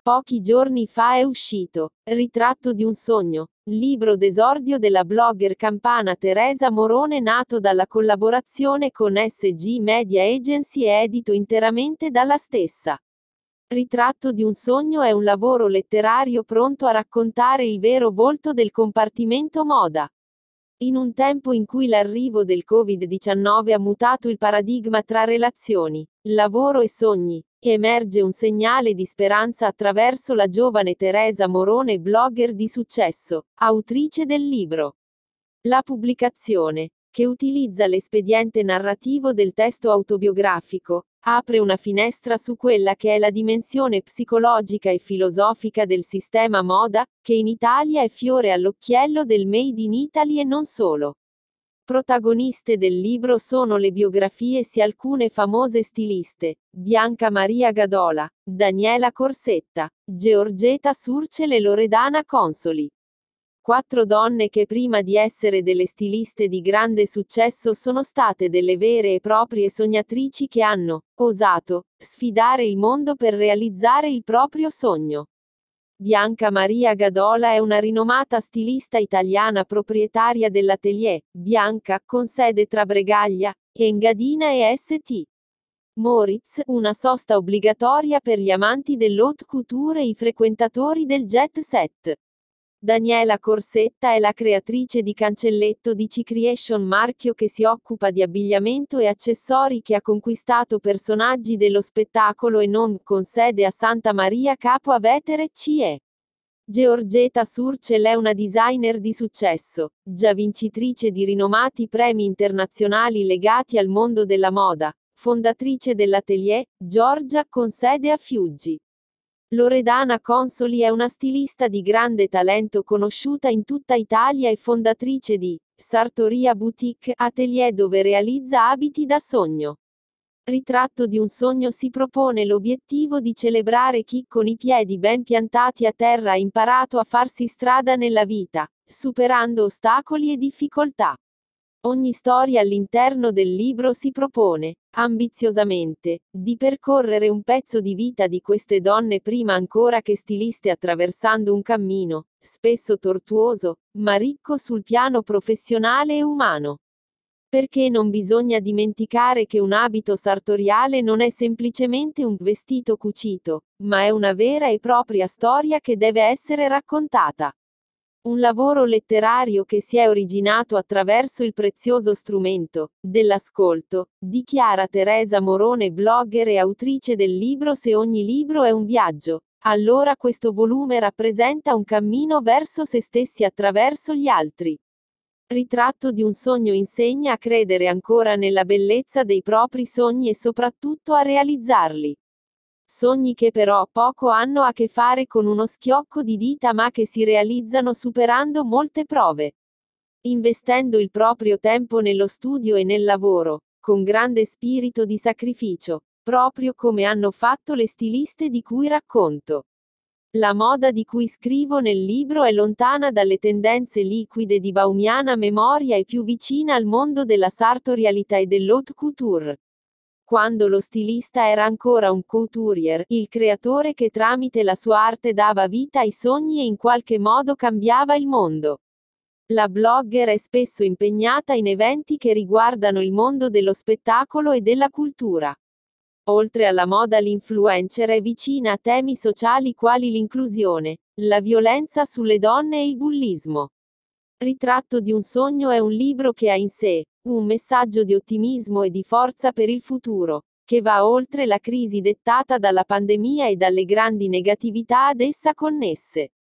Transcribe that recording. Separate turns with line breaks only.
Pochi giorni fa è uscito Ritratto di un sogno, libro d'esordio della blogger campana Teresa Morone, nato dalla collaborazione con SG Media Agency e edito interamente dalla stessa. Ritratto di un sogno è un lavoro letterario pronto a raccontare il vero volto del compartimento moda. In un tempo in cui l'arrivo del Covid-19 ha mutato il paradigma tra relazioni, lavoro e sogni, emerge un segnale di speranza attraverso la giovane Teresa Morone, blogger di successo, autrice del libro. La pubblicazione, che utilizza l'espediente narrativo del testo autobiografico, apre una finestra su quella che è la dimensione psicologica e filosofica del sistema moda, che in Italia è fiore all'occhiello del Made in Italy e non solo. Protagoniste del libro sono le biografie sia alcune famose stiliste, Bianca Maria Gadola, Daniela Corsetta, Georgetta Surcel e Loredana Consoli. 4 donne che prima di essere delle stiliste di grande successo sono state delle vere e proprie sognatrici che hanno osato sfidare il mondo per realizzare il proprio sogno. Bianca Maria Gadola è una rinomata stilista italiana proprietaria dell'atelier Bianca, con sede tra Bregaglia, Engadina e St. Moritz, una sosta obbligatoria per gli amanti dell'haute couture e i frequentatori del jet set. Daniela Corsetta è la creatrice di Cancelletto DC Creation, marchio che si occupa di abbigliamento e accessori che ha conquistato personaggi dello spettacolo e non, con sede a Santa Maria Capua Vetere CE. Georgetta Surcel è una designer di successo, già vincitrice di rinomati premi internazionali legati al mondo della moda, fondatrice dell'atelier Giorgia, con sede a Fiuggi. Loredana Consoli è una stilista di grande talento conosciuta in tutta Italia e fondatrice di Sartoria Boutique, atelier dove realizza abiti da sogno. Ritratto di un sogno si propone l'obiettivo di celebrare chi, con i piedi ben piantati a terra, ha imparato a farsi strada nella vita, superando ostacoli e difficoltà. Ogni storia all'interno del libro si propone, ambiziosamente, di percorrere un pezzo di vita di queste donne prima ancora che stiliste, attraversando un cammino, spesso tortuoso, ma ricco sul piano professionale e umano. Perché non bisogna dimenticare che un abito sartoriale non è semplicemente un vestito cucito, ma è una vera e propria storia che deve essere raccontata. Un lavoro letterario che si è originato attraverso il prezioso strumento dell'ascolto, dichiara Teresa Morone, blogger e autrice del libro. Se ogni libro è un viaggio, allora questo volume rappresenta un cammino verso se stessi attraverso gli altri. Ritratto di un sogno insegna a credere ancora nella bellezza dei propri sogni e soprattutto a realizzarli. Sogni che però poco hanno a che fare con uno schiocco di dita, ma che si realizzano superando molte prove. Investendo il proprio tempo nello studio e nel lavoro, con grande spirito di sacrificio, proprio come hanno fatto le stiliste di cui racconto. La moda di cui scrivo nel libro è lontana dalle tendenze liquide di baumiana memoria e più vicina al mondo della sartorialità e dell'haute couture. Quando lo stilista era ancora un couturier, il creatore che tramite la sua arte dava vita ai sogni e in qualche modo cambiava il mondo. La blogger è spesso impegnata in eventi che riguardano il mondo dello spettacolo e della cultura. Oltre alla moda, l'influencer è vicina a temi sociali quali l'inclusione, la violenza sulle donne e il bullismo. Ritratto di un sogno è un libro che ha in sé un messaggio di ottimismo e di forza per il futuro, che va oltre la crisi dettata dalla pandemia e dalle grandi negatività ad essa connesse.